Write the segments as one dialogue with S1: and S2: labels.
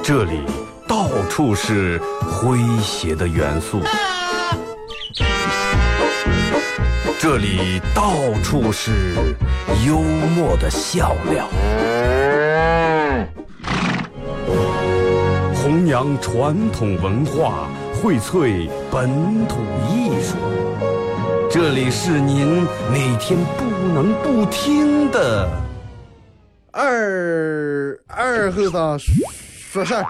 S1: 这里到处是诙谐的元素，这里到处是幽默的笑料，弘扬传统文化，荟萃本土艺术。这里是您每天不能不听的
S2: 二后生说事儿。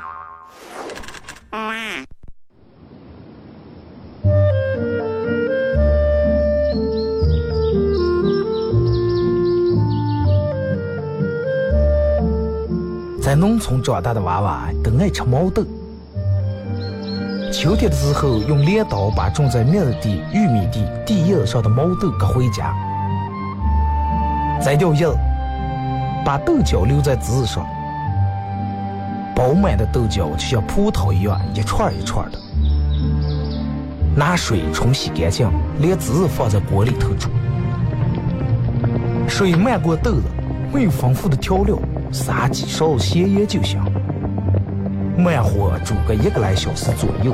S3: 在农村长大的娃娃都爱吃毛豆。秋天的时候，用镰刀把种在麦地、玉米地地叶上的毛豆割回家，摘掉叶，把豆角留在枝上，饱满的豆角就像葡萄一样一串一串的，拿水冲洗干净，连籽放在锅里头煮，水漫过豆子，没有丰富的调料，撒几勺咸盐就行，慢火煮个1个来小时左右。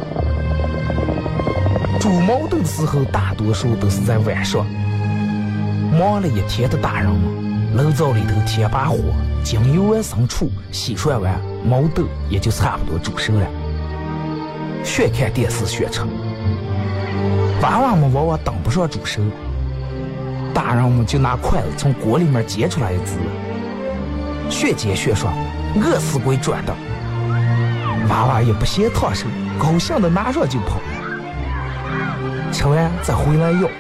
S3: 煮毛豆的时候，大多数都是在晚上。忙了一天的大人们，炉灶里头添把火，将油完生醋，洗涮完，毛豆也就差不多煮熟了。学看电视学吃，娃娃们往往等不上煮熟，大人们就拿筷子从锅里面接出来一只，学煎学涮，饿死鬼转的。娃娃也不嫌烫手，高兴的拿上就跑，吃完再回来要。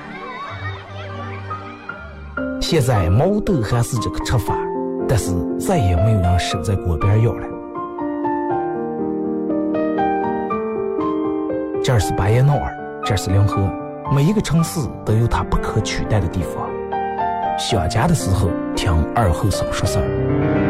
S3: 现在毛豆还是这个吃法，但是再也没有人守在锅边要了。这儿是巴彦淖尔，这儿是临河，每一个城市都有它不可取代的地方。想家的时候听二后生说事儿。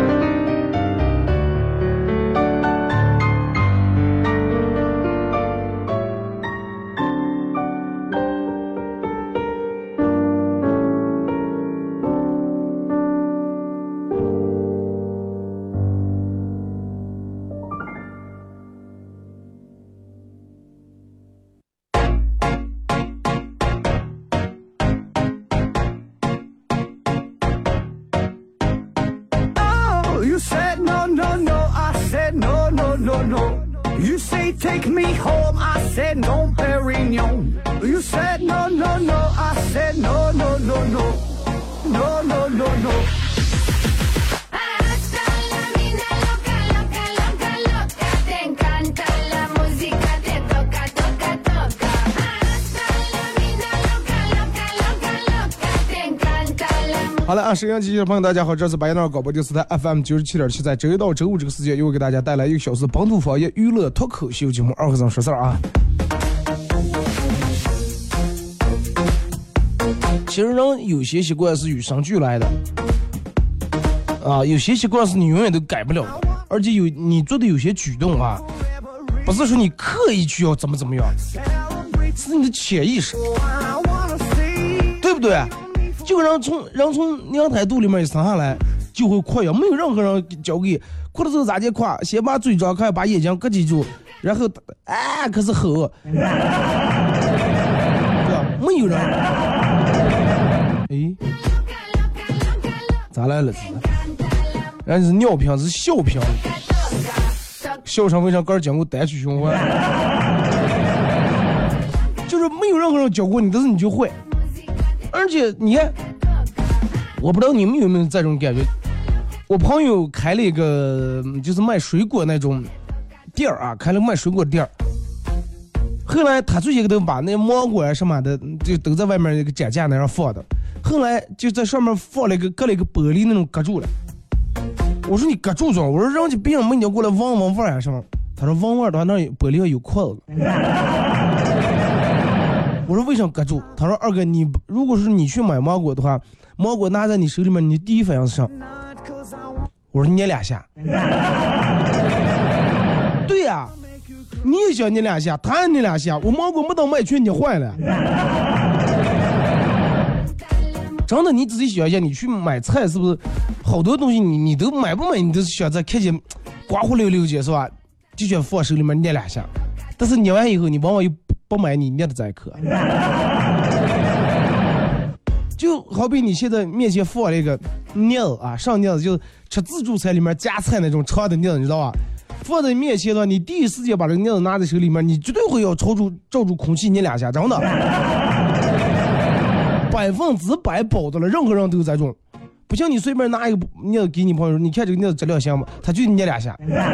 S4: You said no, no, no, I said no, no, no, no. You say take me home, I said no, Perignon. You said no, no, no, I said no, no, no, no. No, no, no, no.
S5: Hasta la vida loca, loca, loca, loca. Te encanta la música, te toca, toca, toca. Hasta la vida loca, loca, loca, loca. Te encanta la música.
S2: 好了，收音机的朋友大家好，这是白杨广播电视台 FM 97.7，在周一到周五这个时间，又给大家带来1个小时本土方言娱乐脱口秀节目二和尚说事儿啊。其实人有些习惯是与生俱来的啊，有些习惯是你永远都改不了的，而且你做的有些举动啊，不是说你刻意去要怎么样，是你的潜意识，对不对？就人从娘胎肚里面一生下来就会夸呀，没有任何人教给夸的时候咋地夸，先把嘴张开，把眼睛咯叽住，然后可是吼，对吧？没有人。哎，咋来了？人家是尿瓶，是笑瓶，笑声非常杆讲过单曲循环，就是没有任何人教过你，但是你就会。而且你看，我不知道你们有没有这种感觉。我朋友开了一个就是卖水果那种店儿啊，开了卖水果店儿。后来他最近都把那芒果啊什么的就都在外面那个展架那上放的，后来就在上面放了一个搁了一个玻璃那种隔住了。我说你隔住装，我说人家别人没你过来闻味啊什么。他说闻味的话那玻璃上有筷子。我说为什么隔住？他说二哥，你如果是你去买芒果的话，芒果拿在你手里面，你第一反应是什么？我说捏2下。对呀、你也想捏2下，他也捏2下，我芒果没到卖去，你坏了。真的，你仔细想一下，你去买菜是不是好多东西你都买不买？你都想在看见刮胡溜溜去是吧？ 就想放手里面捏2下，但是捏完以后你往往又不买你捏的这一颗。就好比你现在面前放了一个镊子啊，上镊子就是吃自助餐里面夹菜那种长的镊子，你知道吧？放在面前的话，你第一时间把这个镊子拿在手里面，你绝对会要罩住空气捏2下，真的100%保的了，任何人都有这种。不像你随便拿一个镊子给你朋友说，你看这个镊子质量行吗？他就捏2下。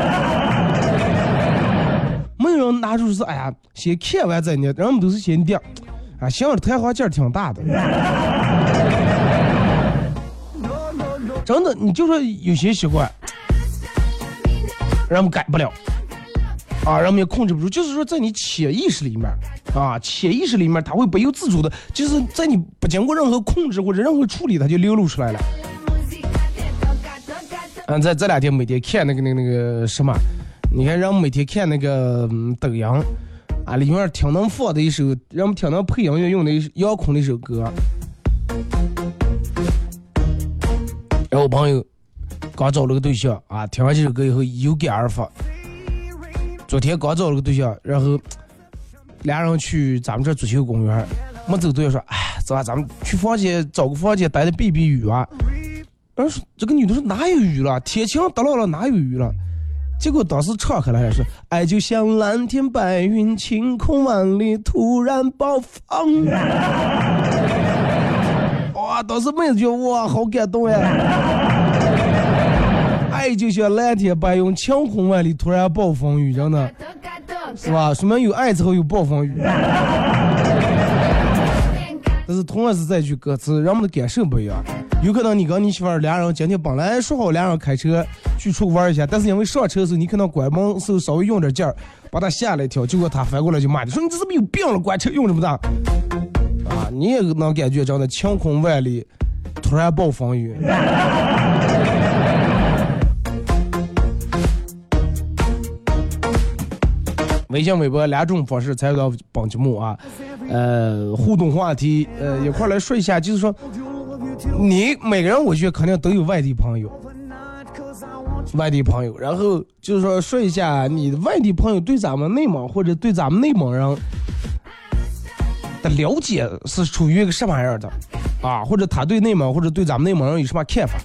S2: 没有人拿出是哎呀，先看完再捏，人们都是先捏。啊，行，弹簧劲儿挺大的。真的，你就说有些习惯，人们改不了，啊，人们也控制不住。就是说，在你潜意识里面，啊，潜意识里面，它会不由自主的，就是在你不经过任何控制或者任何处理，它就流露出来了。这2天每天看那个什么，你看人们每天看那个抖音。啊，里面挺能放的一首，人们挺能配音乐用的杨孔的一首歌。然后我朋友刚找了个对象啊，听完这首歌以后有感而发。昨天刚找了个对象，然后俩人去咱们这足球公园，没走对象说，哎，走吧，咱们去房间找个房间待着避避雨啊。然后说这个女的说哪有雨了，天晴得了哪有雨了。结果当时唱开了，还说爱就像蓝天白云，晴空万里，突然爆发。哇，当时妹子觉得哇，好感动呀！爱就像蓝天白云，晴空万里，突然暴风雨，真的是吧？说明有爱之后有暴风雨。但是同样是这句歌词，人们的感受不一样。有可能你跟你媳妇儿俩人今天本来说好俩人开车去出去玩一下，但是因为上车的时候你可能关门时候稍微用点劲儿，把他吓了一跳，结果他反过来就骂你说你这是不是有病了，关车用这么大啊！你也能感觉真的晴空万里，突然暴风雨。微信微博2种方式参与到本节目啊，互动话题，一块来说一下，就是说，你每个人我觉得肯定都有外地朋友，然后就是说一下你的外地朋友对咱们内蒙或者对咱们内蒙人的了解是处于一个什么样的啊，或者他对内蒙或者对咱们内蒙人有什么看法。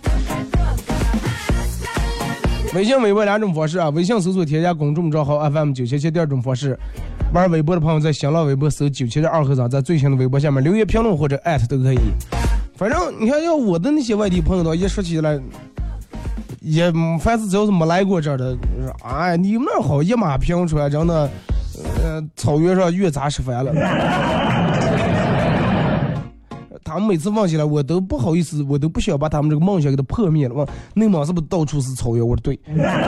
S2: 微信微博2种方式啊，微信搜索添加公众账号 FM977，第2种方式，玩微博的朋友在新浪微博搜972和尚，在最新的微博下面留言评论或者艾特都可以。反正你看，要我的那些外地朋友的话，一说起来，也凡是只要是没来过这儿的，哎，你们那好一马平川，真的，草原上越杂吃烦了。他们每次问起来，我都不好意思，我都不想把他们这个梦想给他破灭了。问内蒙是不是到处是草原？我说对。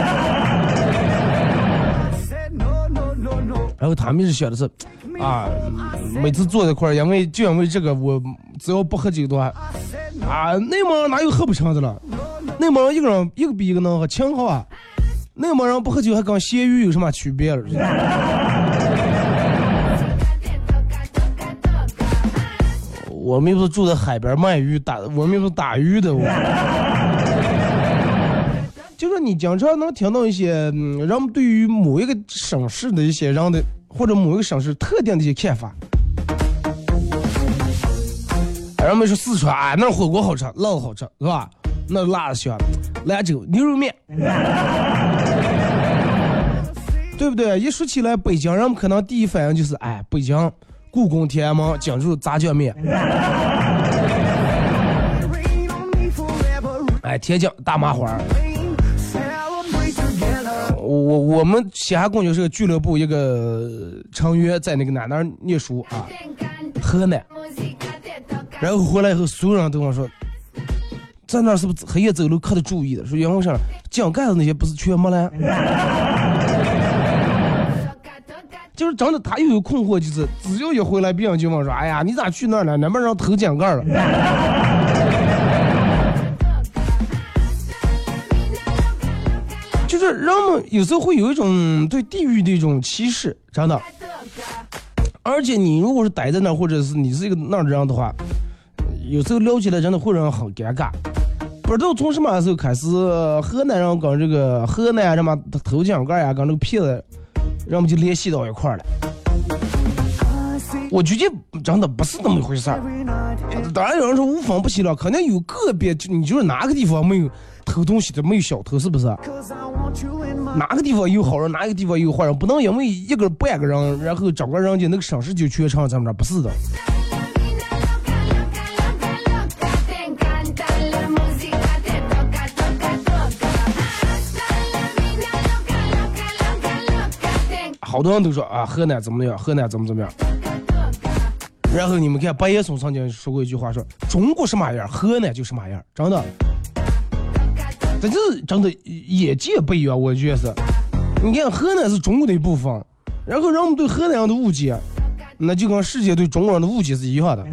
S2: 然后他们是想的是，啊，每次坐在一块儿，因为这个，我只要不喝酒的话，啊，内蒙人哪有喝不成的了？内蒙人一个人一个比一个能喝，清好啊。内蒙人不喝酒还跟咸鱼有什么区别了？我们又不是住在海边卖鱼我们又不是打鱼的。就是你经常能听到一些人们对于某一个省市的一些人的或者某一个省市特定的一些看法。人们说四川啊，那火锅好吃，辣子好吃，是吧？那辣的香，兰州牛肉面，对不对？一说起来北京，人们可能第一反应就是哎，北京故宫天安门讲究炸酱面，哎，天津大麻花。我们西汉公交社俱乐部一个成员在那个哪念书啊，河南，然后回来以后所有人都跟我说，在那是不是黑夜走路可得注意的，说因为啥井盖子那些不是全没了。就是真的，他又有困惑，就是只要一回来，别人就问说：“哎呀，你咋去那儿了？能不能让偷井盖了？”就是人们有时候会有一种对地域的一种歧视，真的。而且你如果是待在那儿，或者是你是一个那儿的人的话，有时候聊起来真的会让人很尴尬。 不知道从什么时候开始，河南人跟这个河南什么头井盖呀，跟这个骗子，人们就联系到一块儿了。我觉得真的不是那么一回事儿。当然有人说无风不起浪，肯定有个别，你就是哪个地方没有偷东西的，没有小偷，是不是？哪个地方有好人，哪个地方有坏人，不能因为一个半个人，然后整个人家那个省市就全成咱们这不是的。好多人都说啊，河南怎么样，河南怎么样。然后你们看，白岩松曾经说过一句话，说中国什么样，河南就什么样，真的。这是真的眼界不一样，我觉得是。你看，河南是中国的一部分，然后人们对河南人的误解，那就跟世界对中国人的误解是一样的。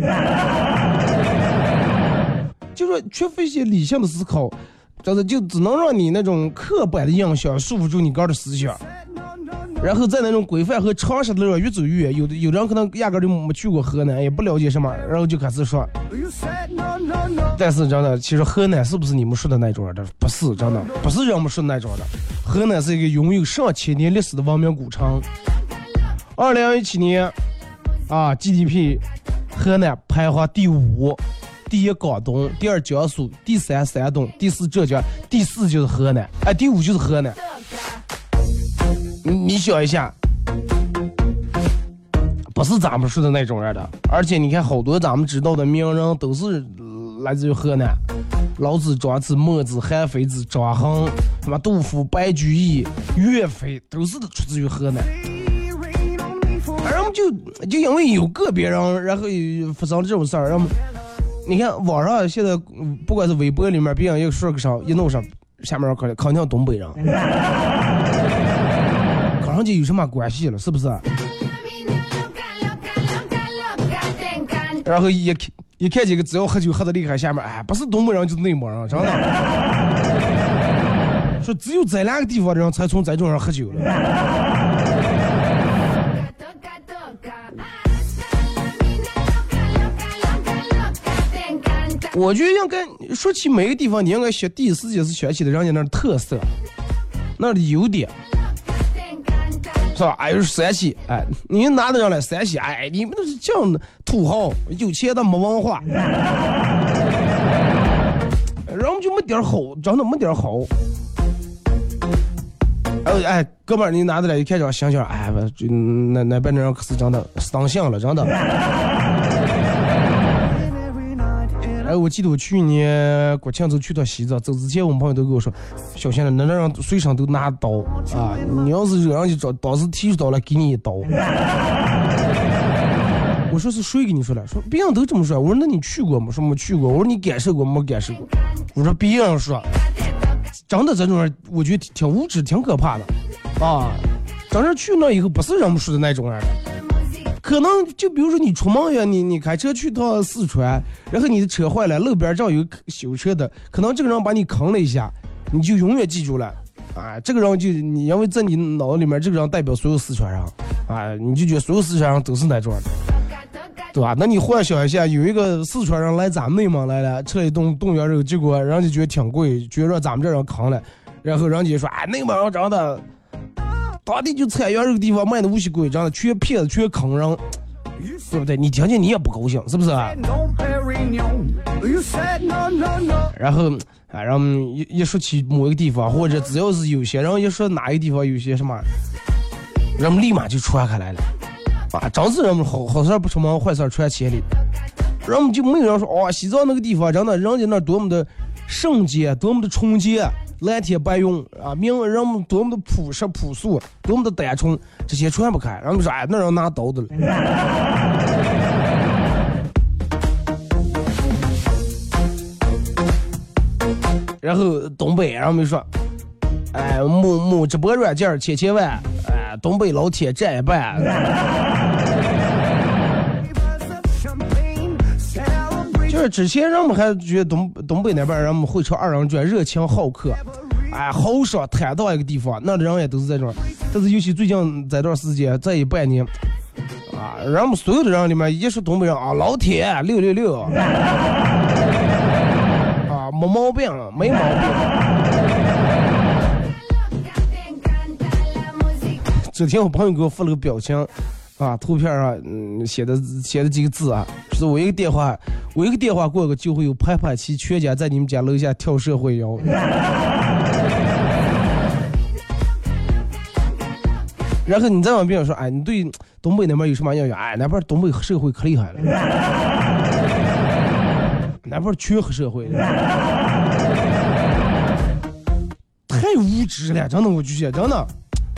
S2: 就说缺乏一些理性的思考，真的就只能让你那种刻板的印象束缚住你个人的思想。然后在那种规范和常识的路上越走越远，有的人可能压根就没去过河南，也不了解什么，然后就开始说。但是真的，其实河南是不是你们说的那种的？不是，真的不是人们说的那种的。河南是一个拥有上千年历史的文明古城。2017年GDP， 河南排行第5，第1广东，第2江苏，第3山东，第4浙江，第4就是河南，第5就是河南。你想一下，不是咱们说的那种人的，而且你看好多咱们知道的名人都是来自于河南，老子、庄子、墨子、韩非子、张衡，什么杜甫、白居易、岳飞，都是出自于河南。而我们就因为有个别人，然后发生这种事儿，让我们你看网上现在不管是微博里面，别人一说个啥，一弄上下面肯定东北人。跟这有什么关系了？是不是？然后一看这个，只要喝酒喝的厉害，下面不是东北人就是内蒙人，真的。说只有这2个地方的人才从这种人喝酒了。我觉得应该说起每个地方，你应该学第一时间是学起的人家那特色，那的优点。是吧？又是山西，你拿得上来山西，你们都是这样的土豪，有钱但没文化，然后就没点好，真的没点好。哥们儿，你拿得来一看这想想，那边的人可是真的伤心了，真的。我记得我去年国庆节去趟西藏，走之前我们朋友都跟我说，小心了，那人随身都拿刀啊！你要是惹人就找当时提出刀来给你一刀。我说是谁给你说的？说别人都这么说。我说那你去过吗？说没去过。我说你感受过没感受过？我说别人说，真的这种人我觉得挺无知、挺可怕的啊！真是去那以后不是人们说的那种人的。可能就比如说你出门呀，你开车去趟四川，然后你的车坏了，路边正有修车的，可能这个人把你坑了一下，你就永远记住了这个人就你因为在你脑子里面这个人代表所有四川人你就觉得所有四川人都是那种的，对吧？那你幻想一下，有一个四川人来咱们内蒙来了，吃了一顿冻原肉，结果人家觉得挺贵，觉得让咱们这人坑了，然后人家说内蒙人长的当地就产原肉地方卖的无锡贵，这样的全骗子全坑人，对不对？你听见你也不高兴，是不是？然后然后一说起某一个地方，或者只要是有些人一说哪一个地方有些什么，人们立马就传开来了真是人们好事不出门，坏事传千里，人们就没有人说西藏那个地方真的人家那多么的圣洁，多么的纯洁，蓝天白云人们多么的朴实朴素，多么的单纯，这些传不开。然后说那人拿刀的了。然后东北，然后没说，某直播软件千万，东北老铁占一半。就是之前人们还觉得东北那边人们会唱2人转，热情好客，豪爽坦荡一个地方，那的人也都是这种。但是尤其最近这段时间，这一半年，人们所有的人里面一说东北人老铁666， 没毛病，没毛病。昨天我朋友给我发了个表情，啊，图片上写的几个字啊，说我一个电话过个就会有拍拍齐全家在你们家楼下跳社会摇。然后你再往边上说，哎，你对东北那边有什么印象？哎，那边东北黑社会可厉害了，那边全黑社会了，太无知了，真的，我就觉得真的。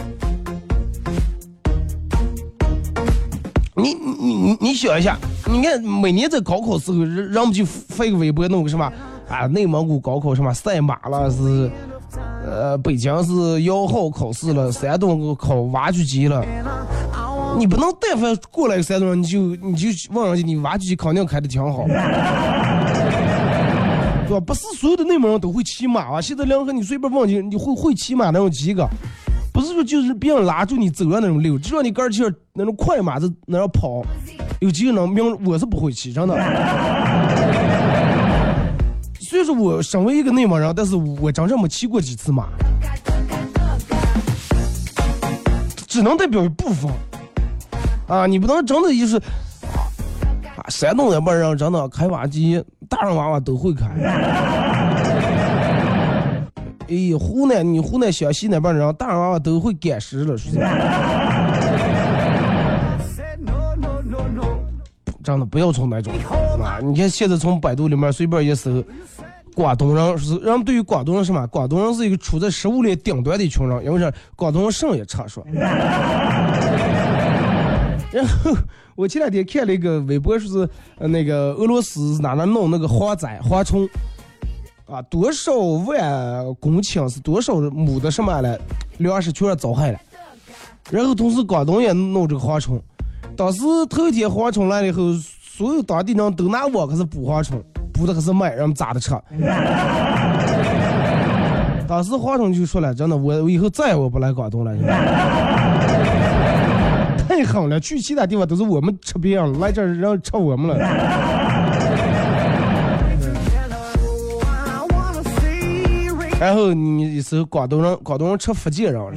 S2: 你想一下，你看每年在高考时候，人们就发一个微博弄个什么啊，内蒙古高考什么赛马了是。北京是摇号考试了，山东考挖掘机了，你不能但凡过来个山东人，你就问人家你挖掘机肯定开的挺好，对吧？不是所有的内蒙人都会骑马啊。现在两个你随便问你会骑马那种几个，不是说就是别人拉住你走的那种溜，就让你杆儿气那种快马在那儿跑，有几个能明我是不会骑，真的。所以说我身为一个内蒙人，但是我真正没骑过几次马，只能代表一部分啊！你不能真的就是啊，山东那边人真的开挖机，大人娃娃都会开。哎，湖南湘西那边人大人娃娃都会赶尸了，是不是？真的不要从那种啊！你看现在从百度里面随便一搜，广东人是人们对于广东人什么？广东人是一个处在食物链顶端的一群人，因为是广东人肾也差说。然后我前两天看了一个微博，说是那个俄罗斯哪弄那个蝗灾蝗虫啊，多少万公顷是多少亩的什么了，粮食全遭害了。然后同时广东也弄这个蝗虫。当时头一天蝗虫来了以后，所有当地人都拿我可是捕蝗虫，捕的可是买，让们砸的车。当时蝗虫就说了，真的，我以后再也我不来广东了，太狠了，去其他地方都是我们吃别人了，来这儿让吃我们了。然后你是广东人吃福建人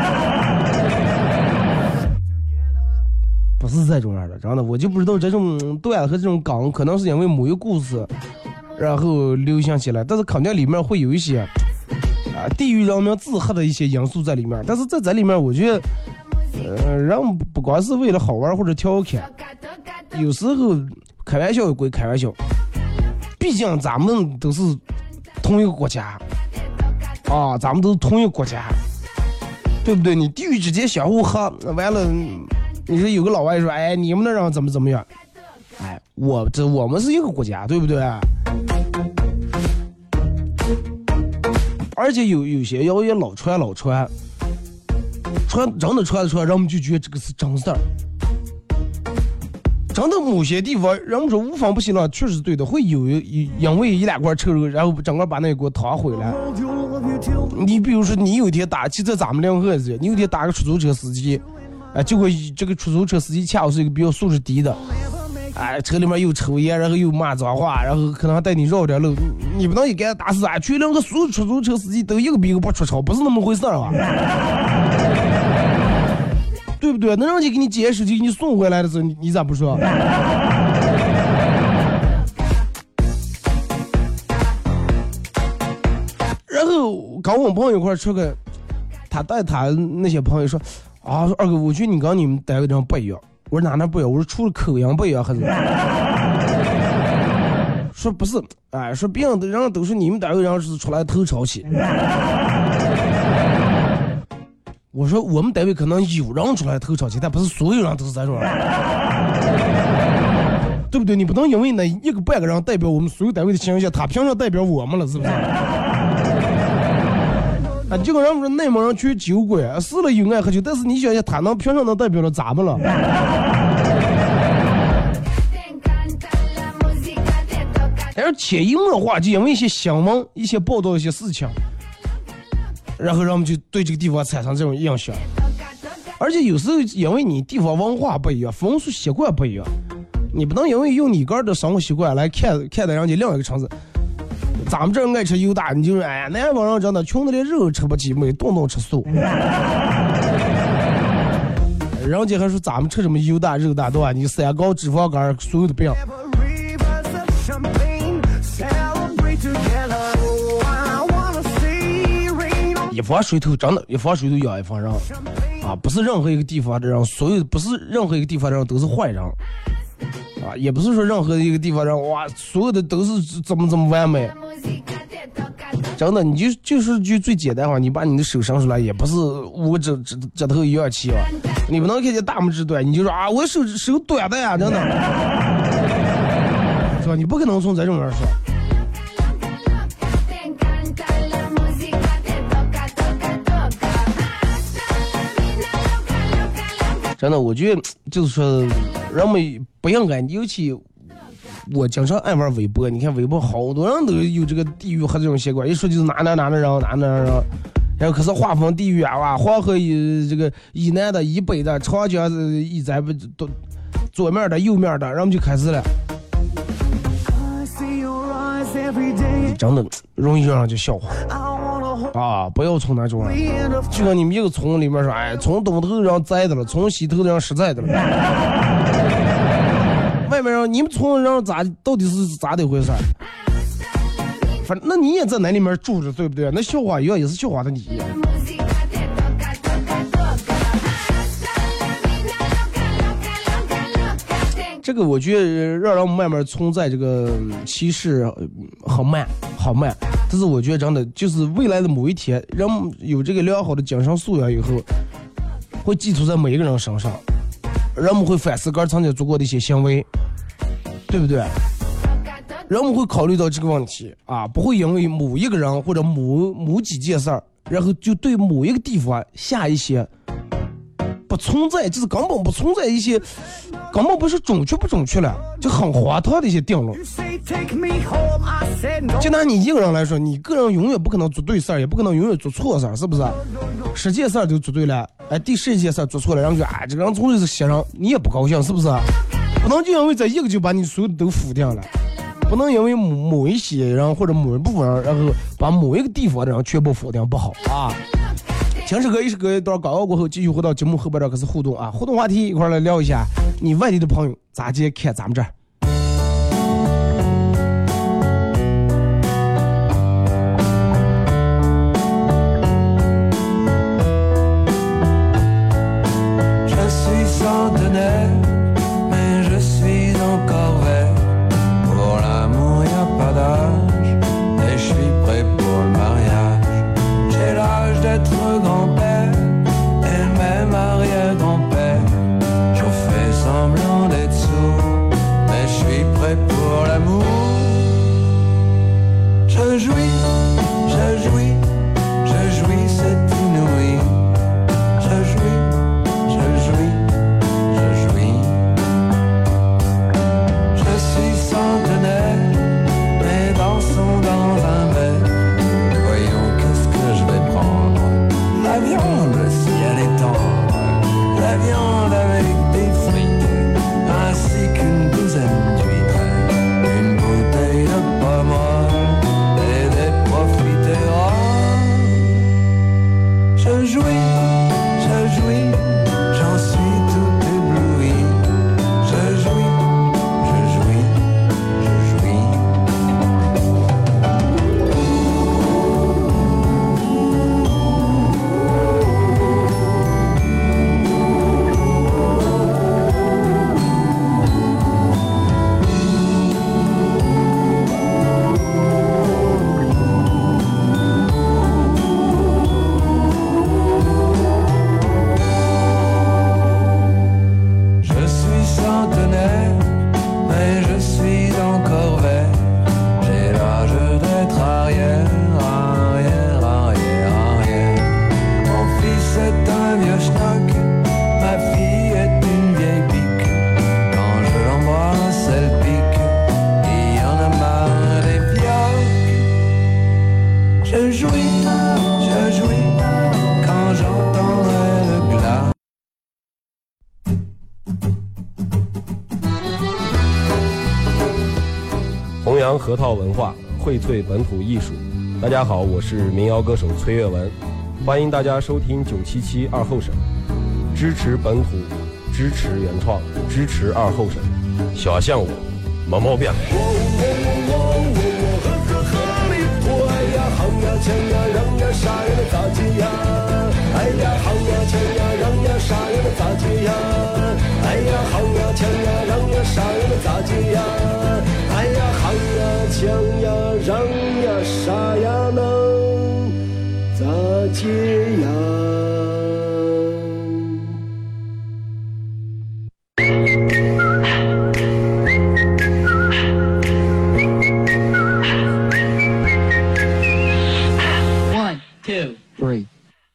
S2: 不是这种样的，真的，我就不知道这种段子和这种梗，可能是因为某一个故事，然后流行起来，但是肯定里面会有一些地域人民自黑的一些因素在里面。但是在这里面，我觉得，人不光是为了好玩或者调侃，有时候开玩笑归开玩笑，毕竟咱们都是同一个国家啊，咱们都是同一个国家，对不对？你地域之间相互黑，完了。你说有个老外说，哎，你们那人怎么样？哎，我们是一个国家，对不对？而且有些谣言老传，真的传的出来，人们就觉得这个是真事儿。真的某些地方，人们说无风不起浪，确实对的，会有因为一两块臭肉，然后整个把那锅烫毁了。你比如说，你有一天打，就在咱们两个人，你有一天打个出租车司机。结果这个出租车司机恰好是一个比较素质低的，车里面又抽烟，然后又骂脏话，然后可能还带你绕点路，你不能一给他打死啊！全两个所有出租车司机都一个比一个不出丑，不是那么回事啊，对不对？那人家给你解释，就给你送回来的时候，你咋不说？然后刚我朋友一块吃个，他带他那些朋友说。啊，说二哥，我觉得你刚你们单位这样不一样。我说哪不一样？我说除了口音不一样还是？说不是，哎，说别人人都是你们单位人是出来偷抄起。我说我们单位可能有人出来偷抄起，但不是所有人都是这种人，对不对？你不能因为那一个半个人代表我们所有单位的形象，他凭啥代表我们了？是不是？就跟人们说内蒙人全酒鬼，是了有爱喝酒，但是你想想，他能凭啥能代表了咱们了？但是潜移默化，就因为一些新闻、一些报道、一些事情，然后人们就对这个地方产生这种印象。而且有时候因为你地方文化不一样，风俗习惯不一样，你不能因为用你个人的生活习惯来看待人家另外一个城市。 咱们这儿爱吃油大，你就是哎呀，南方人真的穷的连肉吃不起，每顿吃素。人家还说咱们吃什么油大肉大，对吧？你三高、脂肪肝，所有的病。一方水土真的，一方水土养一方人啊！不是任何一个地方的人，所有不是任何一个地方的人都是坏人啊！也不是说任何一个地方的人哇，所有的都是怎么完美。真的，你就是句最简单话，你把你的手伸出来，也不是5个指头一样齐啊！你不能看见大拇指短，你就说啊，我手短的呀，真的，是吧？你不可能从这种人说。真的，我觉得就是说，人们不应该，尤其我经常爱玩微博，你看微博好多人都有这个地域和这种习惯，一说就是哪的人，然后可是划分地域啊，哇，黄河这个以南的、以北的、长江以在都左面的、右面的，然后就开始了，真的容易让人就笑话。啊！不要从那种人，就像你们一个村里面说，哎，从东头让栽的了，从西头让实在的了。外面让你们村让到底是咋的回事？反正那你也在那里面住着，对不对？那笑话一样也是笑话的你。这个我觉得让人慢慢存在这个歧视很慢，但是我觉得真的就是未来的某一天，人有这个良好的精神素养以后，会寄托在每一个人身上，人们会反思刚曾经做过的一些行为，对不对？人们会考虑到这个问题啊，不会因为某一个人或者某几件事儿，然后就对某一个地方下一些不存在，就是根本不存在一些，根本不是准确不准确了，就很荒唐的一些定论。就拿你一个人来说，你个人永远不可能做对事儿，也不可能永远做错事儿，是不是？10件事儿都做对了，哎，第11件事儿做错了，然后就哎，这个人从来是邪人，你也不高兴，是不是？不能就因为这一个就把你所有的都否定了，不能因为某一些人或者某一部分人，然后把某一个地方的人全部否定，不好啊。听首歌，一首歌一段广告过后，继续回到节目后边的可是互动啊，互动话题一块来聊一下，你外地的朋友咋接看咱们这儿。
S6: 核桃文化荟萃本土艺术。大家好，我是民谣歌手崔月文，欢迎大家收听977二后生，支持本土，支持原创，支持二后生，小像我，没毛病。行呀抢呀让呀杀人的咋接呀？哎呀行呀抢呀让呀杀人的咋接呀？哎呀行呀抢呀让呀杀人的咋接呀？哎呀行呀抢呀让呀杀呀能咋接呀
S7: ？One, two, three.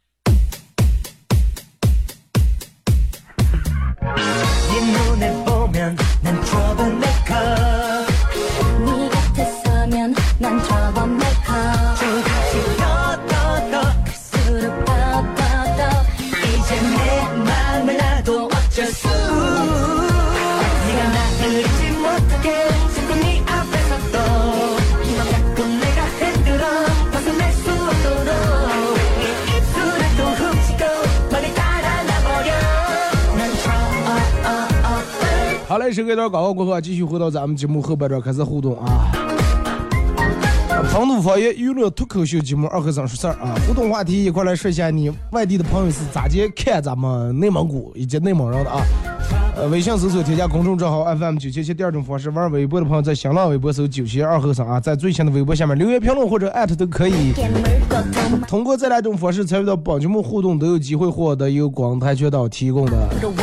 S2: 好嘞，时隔一段广告过后，继续回到咱们节目后半段开始互动啊。本土方言娱乐脱口秀节目二和尚说事儿啊，互动话题一块来说一下，你外地的朋友是咋接看咱们内蒙古以及内蒙人的啊？微信搜索添加公众账号 FM977，第二种方式玩微博的朋友在新浪微博搜972二和尚啊，在最新的微博下面留言评论或者艾特都可以。通过这两种方式参与到本节目互动，都有机会获得由广台全岛提供的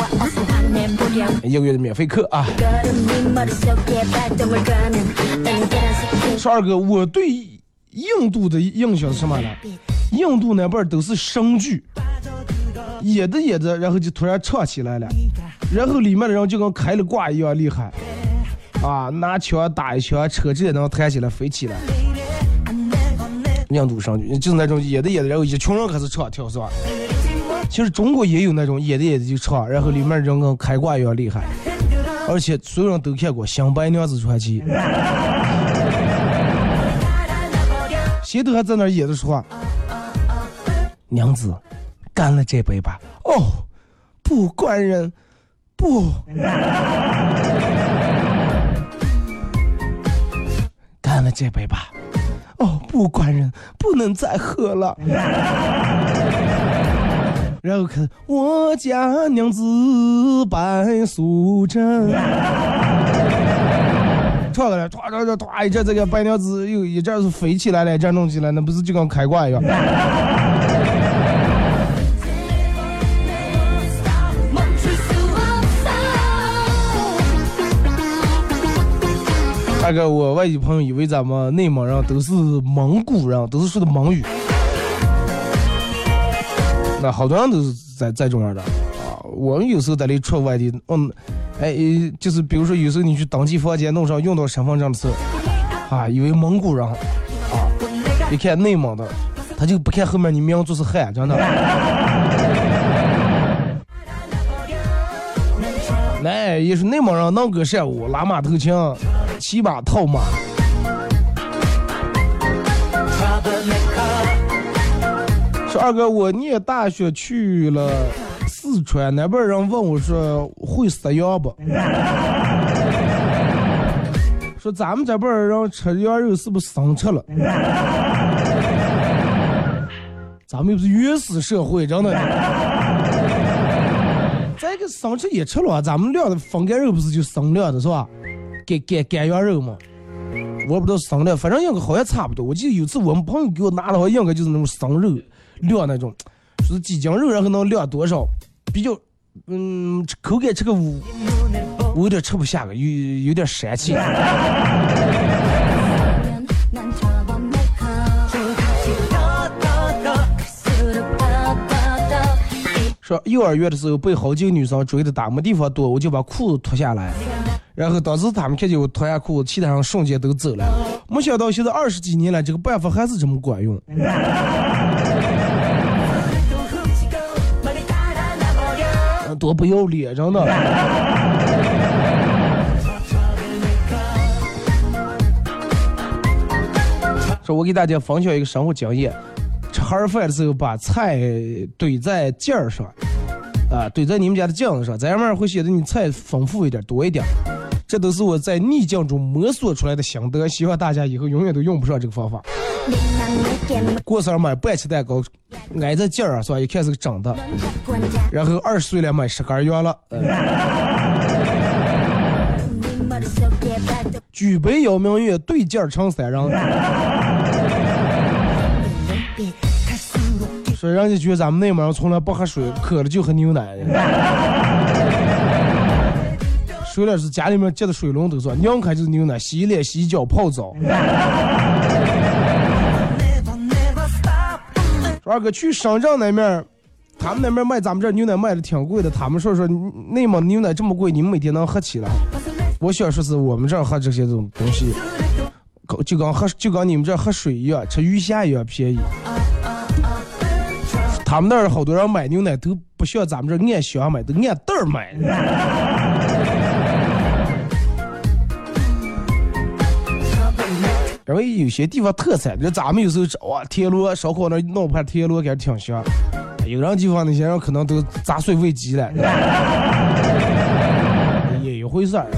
S2: 1个月的免费课啊。12个，我对印度的印象是什么呢？印度那边都是声剧，演着，然后就突然唱起来了，然后里面的人就跟开了挂一样厉害啊，拿枪打一枪，车直接能弹起来飞起来。印度声剧就是那种演着，然后一群人开始唱跳是吧？其实中国也有那种演着就唱，然后里面人跟开挂一样厉害，而且所有人都看过《新白娘子传奇》。谁都还在那儿演的说话，娘子，干了这杯吧。哦，不，官人，不，干了这杯吧。哦，不，官人，不能再喝了。然后看我家娘子白素贞。跳过来，唰一阵，这个白娘子又一阵是飞起来了，一阵弄起来，那不是就跟开挂一样。大概我外地朋友以为咱们内蒙人都是蒙古人，都是说的蒙语，那好多人都是在中样的啊。我们有时候在那出外地，就是比如说有时候你去登记房间弄上用到身份证的时候，啊，以为蒙古人啊，一看内蒙的，他就不看后面你名字是汉，真的。来，也是内蒙人能歌善舞，拉马头琴，骑马套马。说二哥，我念大学去了四川，那边人问我说会杀羊不？说咱们这边人吃羊肉是不是生吃了？咱们又不是原始社会，真的。这个生吃也吃了，咱们晾的风干肉不是就生晾的是吧？干羊肉嘛，我不知道生的，反正应该好像差不多。我记得有次我们朋友给我拿的话，应该就是那种生肉晾那种，说是几斤肉，然后能晾多少，比较口感这个我有点吃不下个，有点膻气。说幼儿园的时候被好几个女生追的打，没地方躲，我就把裤子脱下来，然后当时他们看见我脱下裤子，其他人瞬间都走了。没想到现在20几年了，这个办法还是这么管用。多不要脸，真的。 说我给大家分享一个生活经验，吃盒饭的时候把菜怼在劲儿上，怼在你们家的酱上，这样面会显得你菜丰富一点多一点。这都是我在逆境中摸索出来的心得，希望大家以后永远都用不上这个方法。过生日买半期蛋糕，挨着劲儿啊，是吧？一看是个整的，然后20岁了买10根圆了。举杯邀明月，对劲儿成3人。说人家觉得咱们内蒙人从来不喝水，渴了就喝牛奶。说的是家里面接的水龙头说，拧开就是牛奶，洗脸、洗脚、泡澡。说二哥去深圳那面，他们那边卖咱们这牛奶卖的挺贵的，他们说内蒙牛奶这么贵，你们每天能喝起来？我想说是我们这儿喝这些东西，就跟你们这儿喝水一样，吃鱼虾一样便宜。他们那儿好多人买牛奶都不像咱们这儿按箱买，都按袋儿买。然后有些地方特产，就咱们有时候哇田螺烧烤那弄盘田螺感觉挺香，有人地方那些人可能都砸碎喂鸡了，也一回事儿。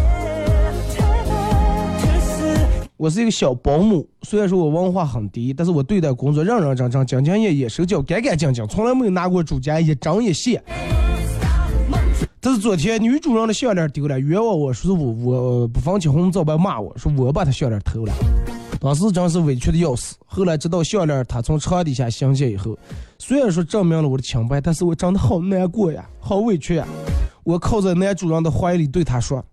S2: 我是一个小保姆，虽然说我文化很低，但是我对待工作认认真真、兢兢业业，手脚干干净净，从来没有拿过主家一针一线。但是昨天女主人的项链丢了，冤枉我说我不放起红皂白骂我说我把她项链偷了，当时真是委屈的要死。后来知道项链她从床底下醒起以后，虽然说证明了我的清白，但是我真的好难过呀，好委屈呀。我靠在男主人的怀里对他说，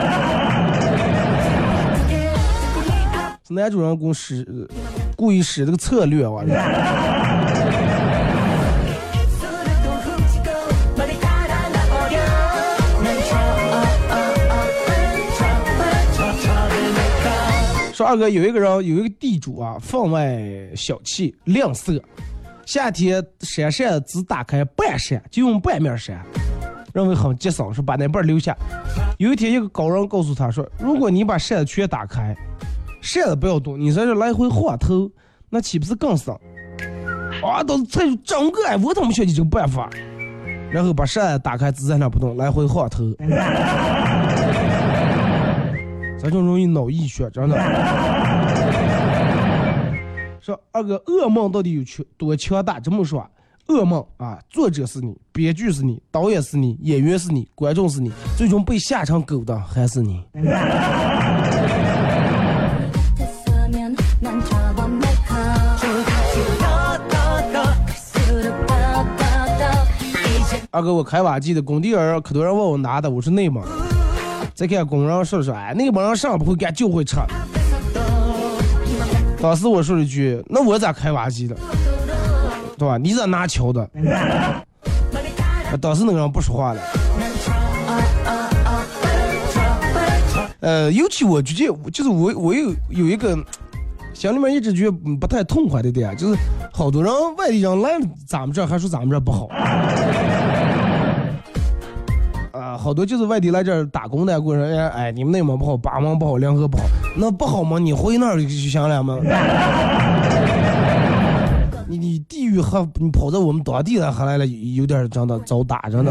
S2: 是男主人故意使这个策略啊。说二哥有一个地主啊，分外小气吝啬，夏天扇扇只打开半扇，就用半面扇，认为很节省，说把那半留下。有一天一个高人告诉他说，如果你把扇子全打开，扇子不要动，你在这来回晃头，那岂不是更省？啊，都才整个我怎么学你这个办法？然后把扇子打开，只在那不动，来回晃头。这就容易脑溢血，真的。说二哥，噩梦到底有多强大？这么说，噩梦啊，作者是你，编剧是你，导演是你，演员是你，观众是你，最终被吓成狗的还是你。二哥，我开挖机的工地儿，可多人问我拿的，我是内蒙。再看工人说，哎，内蒙人上不会干就会吃。当时我说了一句，那我咋开挖机的，对吧？你咋拿锹的？当时那个人不说话了。尤其我觉得，就是我有一个心里面一直觉得不太痛快的点，就是好多人外地人来了咱们这还说咱们这不好。好多就是外地来这儿打工的过人，哎，你们内蒙不好，巴蒙不好，凉河不好，那不好吗？你回那儿就行了吗？你地域还你跑到我们当地来，还来了有点真的遭打着呢。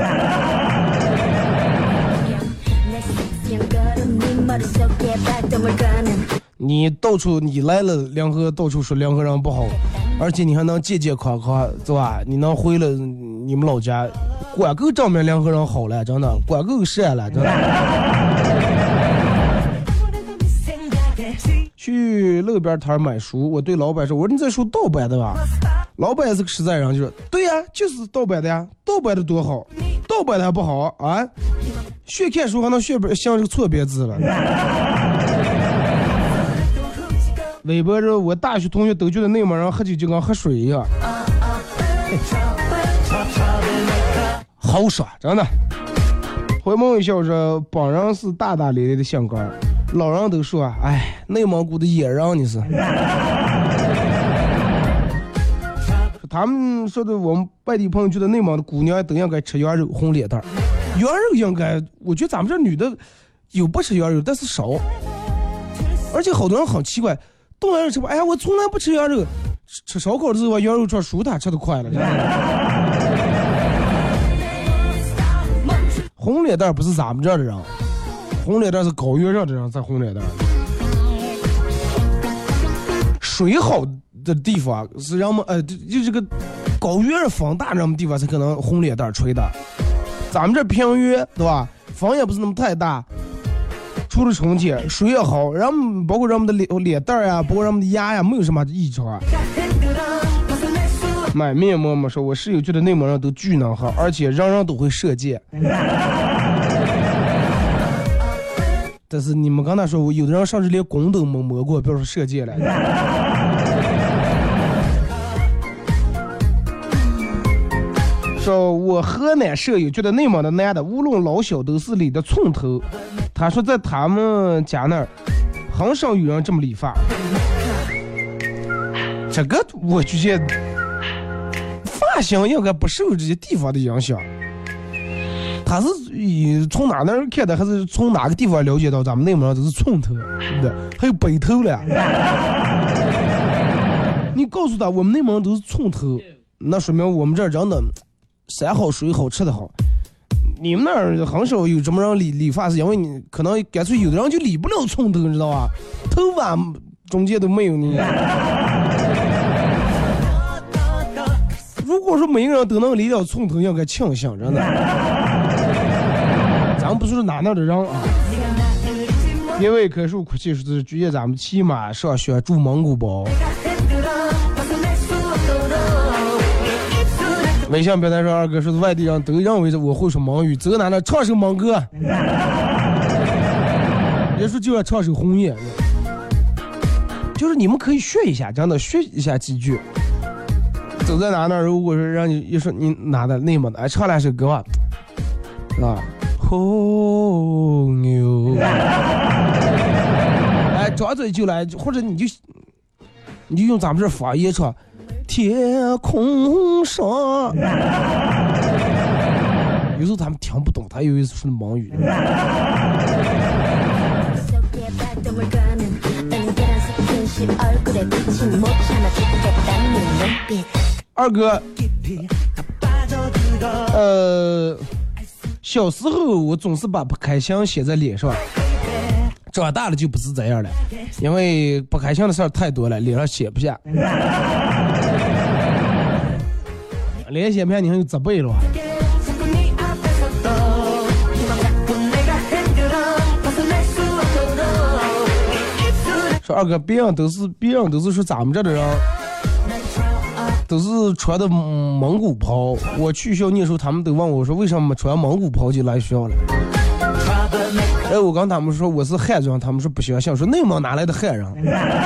S2: 你到处你来了凉河，到处说凉河人不好，而且你还能健健康康，对吧？你能回了你们老家，管够证明凉河人好了，真的管够善了，真的。去路边摊买书，我对老板说：“我说你这书盗版的吧？”老板是个实在人，就说：“对呀，就是盗版的呀，盗版的多好，盗版的还不好啊？学看书还能学像这个错别字了。”微博说，我大学同学都觉得内蒙人喝酒就跟喝水一样，好爽，真的。回眸一笑说，本人是大大咧咧的性格，老人都说，哎，内蒙古的野人你是。他们说的，我们外地朋友觉得内蒙的姑娘都应该吃羊肉红脸蛋，羊肉应该，我觉得咱们这女的有不吃羊肉，但是少，而且好多人很奇怪。 冻羊肉吃不？哎呀，我从来不吃羊肉，吃烧烤的时候羊肉串熟它吃得快了。红脸蛋不是咱们这儿的人，红脸蛋是高原上的人才红脸蛋。水好的地方是人们就这个高原风大人们地方才可能红脸蛋吹的。咱们这平原对吧？风也不是那么太大，除了春天水也好，人们包括人们的脸蛋呀，包括人们的牙呀，没有什么异常。买面膜嘛，说我室友觉得内蒙人都巨能喝，而且人人都会射箭。但是你们刚才说，有的人甚至连弓都没摸过，别说射箭了。说我河南舍友觉得内蒙的男的无论老小都是理的寸头，他说在他们家那儿很少有人这么理发。这个我就觉得发型应该不受这些地方的影响。他是从哪儿看的，还是从哪个地方了解到咱们内蒙人都是寸头，对不对？还有北头了。你告诉他我们内蒙人都是寸头，那说明我们这儿真的山好水好吃的好。你们那儿很少有这么人理发，是因为你可能干脆有的人就理不了寸头，你知道吧？头发中间都没有你。如果说每个人都能理了寸头，应该庆幸，真的。咱们不是哪的人啊。别为棵树哭泣，是觉得咱们骑马上学住蒙古包。微信表达说二哥说外地人都认为我会说蒙语，走哪呢唱首蒙歌，也说就要唱首红叶，就是你们可以学一下，真的学一下几句。走在哪如果是让你一说你哪的内蒙的，唱两首歌啊，红牛，哎，张嘴就来，或者你就用咱们这方言唱。天空上，有时候他们听不懂，他以为是蒙语。二哥，小时候我总是把不开心写在脸上，长大了就不是这样了，因为不开心的事儿太多了，脸上写不下。脸写不下，你还有责备了吧？说二哥，别人都是说咱们这的人都是穿的蒙古袍，我去学校念书，他们都问我说为什么穿蒙古袍就来学校了？哎，我刚他们说我是汉人，他们说不相信，说内蒙哪来的汉人？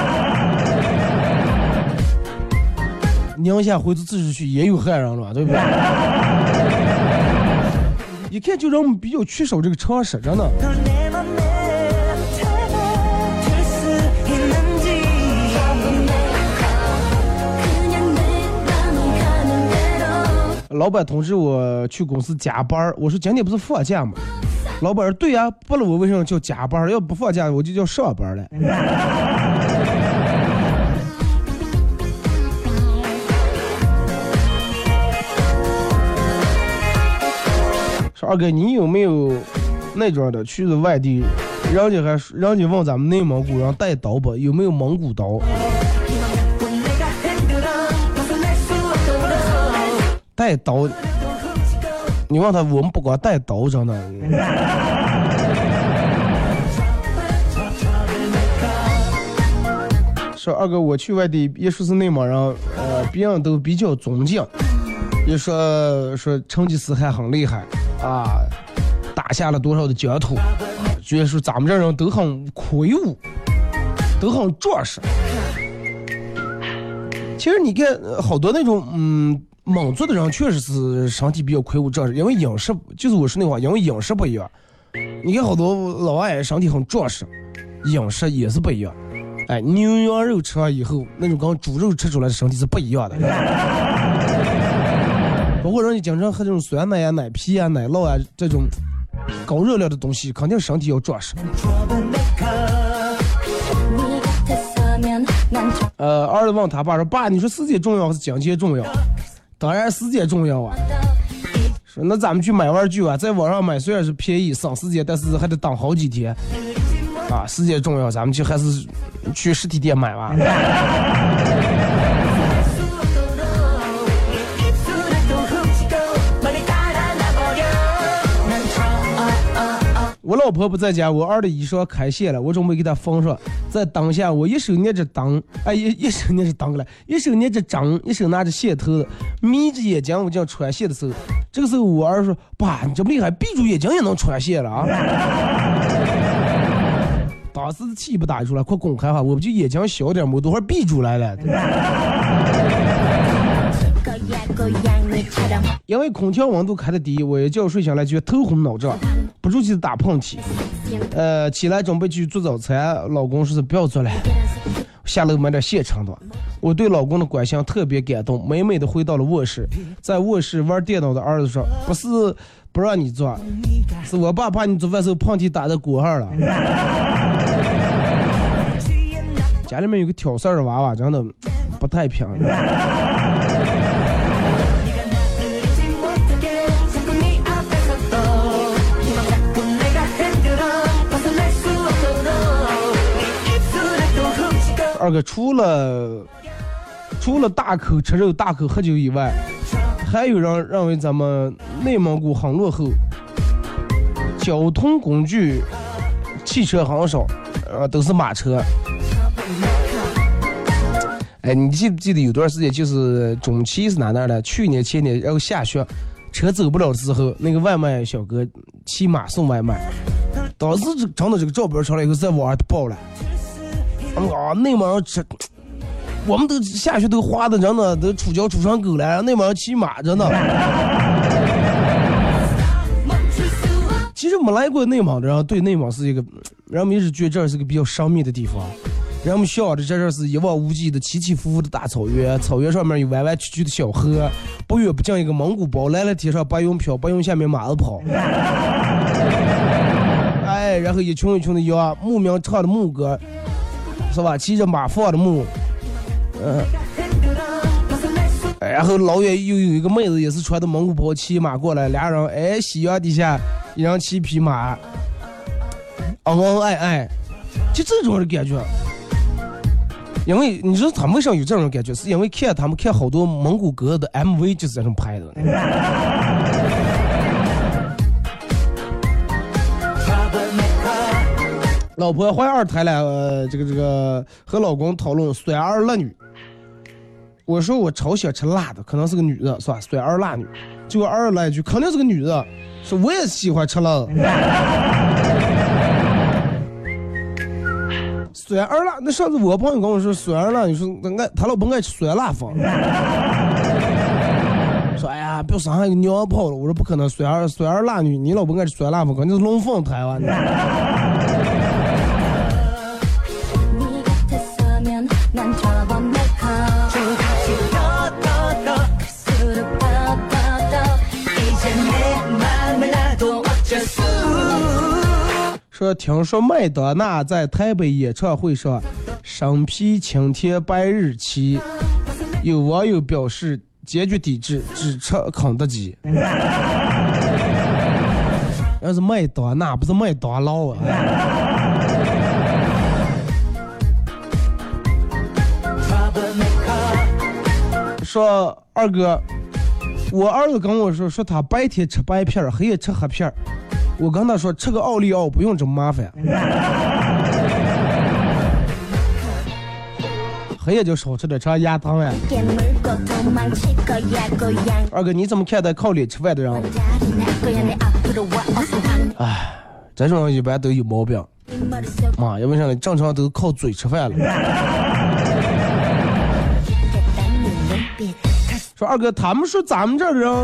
S2: 宁夏回族自治区也有汉人了，对不对？一看就让我们比较缺少这个常识，真的。老板通知我去公司加班，我说今天不是放假吗？老板说对呀，不然我为什么叫加班？要不放假我就叫上班了。说二哥，你有没有那种的去了外地，人家问咱们内蒙古人带刀不？有没有蒙古刀？带刀？你问他，我们不光带刀，真的。说二哥，我去外地，也说是内蒙人，别人都比较尊敬，也说成吉思汗很厉害。啊，打下了多少的疆土，觉得说咱们这人都很魁梧，都很壮实。其实你看好多那种蒙族的人确实是身体比较魁梧壮实，因为饮食就是我说那话，因为饮食不一样。你看好多老外身体很壮实，饮食也是不一样。哎，牛羊肉吃完以后，那种跟猪肉吃出来的身体是不一样的。包括人家经常喝这种酸奶啊、奶皮啊、奶酪啊这种高热量的东西，肯定身体要壮实。 儿子问他爸说：“爸，你说时间重要还是金钱重要？”当然时间重要啊。说那咱们去买玩具啊，在网上买虽然是便宜省时间，但是还得等好几天啊。时间重要，咱们就还是去实体店买吧。我老婆不在家，我儿的衣裳开线了，我准备给她缝上。在当下，我一手捏着裆，一手捏着裆了，一手捏着章，一手拿着线头，眯着眼睛，我这样穿线的时候，这个时候我儿说：“爸，你这么厉害，闭住眼睛也能穿线了啊！”当时气不打出来，快滚开哈！我不就眼睛小点，我都快闭出来了。因为空调温度开的低，我一觉睡下来就头昏脑胀，不住气打喷嚏。起来准备去做早餐，老公说是不要做了，下楼买点现成的。我对老公的关心特别感动，美美的回到了卧室，在卧室玩电脑的儿子说：“不是不让你做，是我爸怕你做饭时候喷嚏打在锅上了。”家里面有个挑事儿的娃娃，真的不太平。二哥除了大口吃肉、大口喝酒以外，还有人认为咱们内蒙古很落后，交通工具、汽车很少，都是马车。哎，你记不记得有段时间就是中期是哪的？去年前年，然后下雪，车走不了之后，那个外卖小哥骑马送外卖，当时真的这个照片出来以后，在网上爆了。内蒙人吃，我们都下雪都滑的，真的都出脚出上狗来，内蒙人骑马，真的。其实没来过内蒙的人对内蒙是一个，人们一直觉得这是个比较神秘的地方。人们想着这是一望无际的起起伏伏的大草原，草原上面有弯弯曲曲的小河，不远不近一个蒙古包，来了天上白云飘，白云下面马子跑。哎，然后一群一群的羊，牧民唱的牧歌。是吧？骑着马放的牧，然后老远又有一个妹子也是穿的蒙古包骑马过来，俩人夕阳底下一人骑匹马，恩恩爱爱，就这种的感觉。因为你知道他们为什么有这种感觉，是因为他们看好多蒙古歌的 MV 就是这种拍的。老婆怀二胎了，这个和老公讨论酸儿辣女。我说我超喜欢吃辣的，可能是个女的，是吧？酸儿辣女，结果儿来一句肯定是个女的，说我也喜欢吃辣的。酸儿辣，那上次我朋友跟我说酸儿辣，你说他老婆爱吃酸辣粉。说哎呀，不要伤害个娘炮了。我说不可能，酸儿辣女，你老婆爱吃酸辣粉，肯定是龙凤台湾的。说听说麦当娜在台北演唱会上身披青天白日旗，有网友表示坚决抵制，只吃肯德基。要是麦当娜不是麦当劳啊。说二哥，我儿子跟我说他白天吃白片，黑夜吃黑片。我跟他说吃个奥利奥不用这么麻烦，黑夜就少吃点吃牙疼呀。二哥你怎么看待靠脸吃饭的人？哎，这种人一般都有毛病啊，因为啥呢？正常都靠嘴吃饭了。说二哥，他们说咱们这人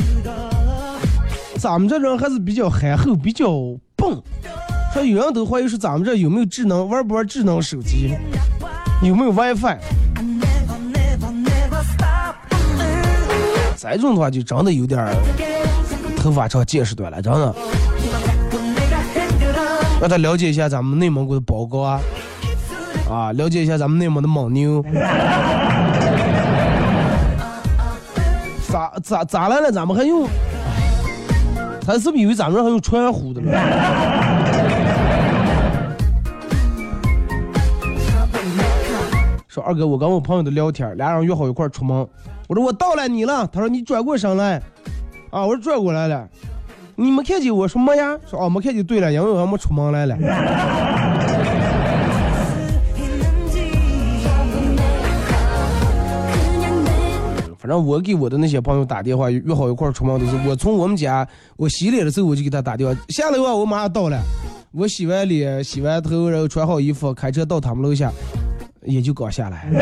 S2: 还是比较憨厚，比较笨。说有人都怀疑说咱们这有没有智能，玩不玩智能手机，有没有 WiFi。这种的话就真的有点头发长见识短了，真的。让他了解一下咱们内蒙古的宝高啊， 啊，了解一下咱们内蒙的蒙牛。咋来了？咱们还用？他是不是以为咱们还用川呼的了？说二哥，我跟我朋友的聊天，俩人约好一块出门。我说我到了你了，他说你转过身来。啊，我说转过来了。你没看见我说没呀？说哦没看见，对了，因为我还没出门来了。反正我给我的那些朋友打电话约好一块出门都是我从我们家我洗脸的时候我就给他打电话，下来我马上到了，我洗完脸洗完头然后穿好衣服开车到他们楼下也就刚下来。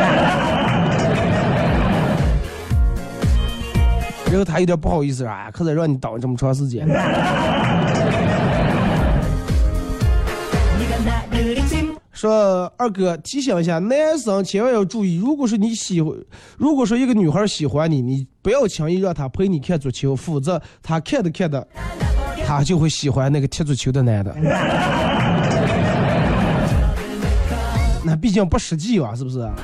S2: 然后他有点不好意思啊，可是让你等这么长时间。说二哥提醒一下，男生千万要注意，如果说一个女孩喜欢你，你不要轻易让她陪你看足球，否则她看的，她就会喜欢那个踢足球的男的。那毕竟不实际吧，是不是？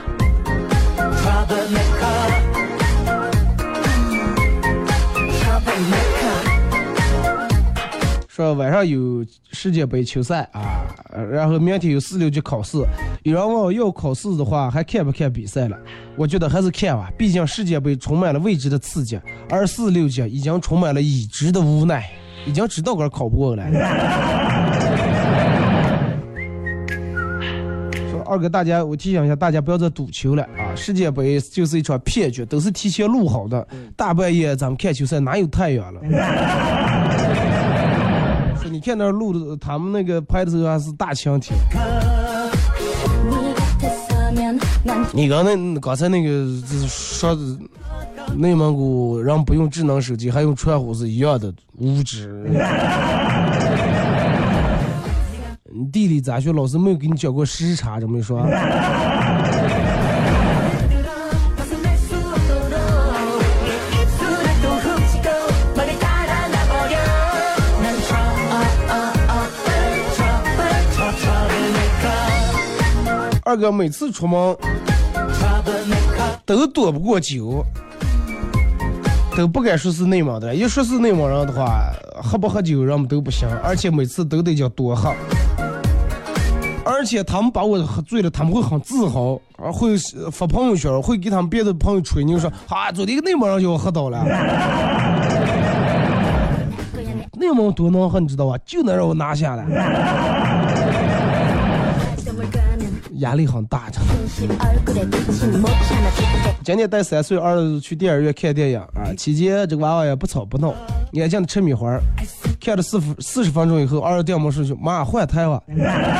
S2: 说晚上有世界杯球赛啊，然后明天有4、6级考试。有人问我要考试的话还看不看比赛了？我觉得还是看吧，毕竟世界杯充满了未知的刺激，而4、6级已经充满了已知的无奈，已经知道个考不过了。说二哥，我提醒一下大家不要再赌球了啊！世界杯就是一场骗局，都是提前录好的，大半夜咱们看球赛哪有太阳了？你看那录的，他们那个拍的时候还是大晴天。你刚才那个说内蒙古人不用智能手机，还用传呼是一样的无知。你地理杂学老师没有给你讲过时差，这么说？二哥每次出门都躲不过酒，都不敢说是内蒙的，一说是内蒙人的话，喝不喝酒人们都不行，而且每次都得叫多喝，而且他们把我喝醉了，他们会很自豪，会发朋友圈，会给他们别的朋友吹牛说啊，昨天一个内蒙人就我喝倒了。内蒙多能喝你知道吧？就能让我拿下来。压力很大的。今天带3岁儿子去电影院看电影啊，期间这个娃娃也不吵不闹，眼睛吃米花，看了40分钟以后，儿子电门上去，妈换台吧。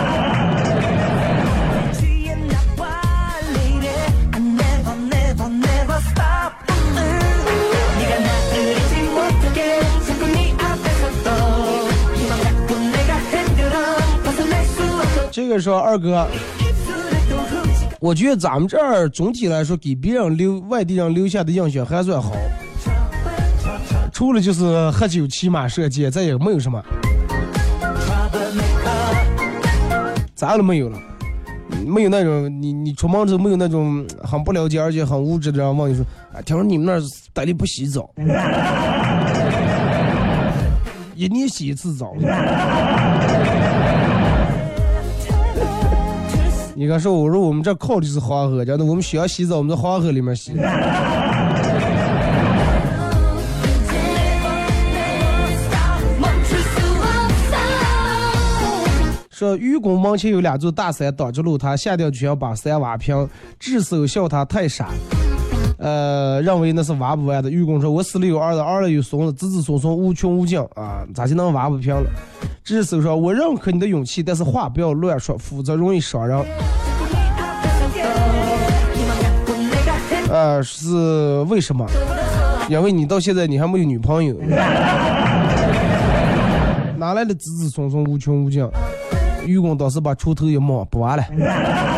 S2: 这个时候二哥，我觉得咱们这儿总体来说给别人外地人留下的印象还算好，除了就是喝酒骑马射箭，再也没有什么，咋都没有了。没有那种你出门之后没有那种很不了解而且很无知的人问你说啊，听说你们那儿带你不洗澡，1年洗一次澡。你刚说我说我们这靠的是黄河，真的，我们需要洗澡，我们在黄河里面洗。说愚公门前有2座大山挡着路，他下掉就要把山挖平，智叟笑他太傻，认为那是挖不完的。愚公说我死了有儿子，儿子有孙子，子子孙孙无穷无尽啊，咋就能挖不平了？智叟说我认可你的勇气，但是话不要乱说，否则容易伤人。是为什么？因为你到现在你还没有女朋友。哪来的子子孙孙无穷无尽？愚公当时把锄头一摸，不挖了。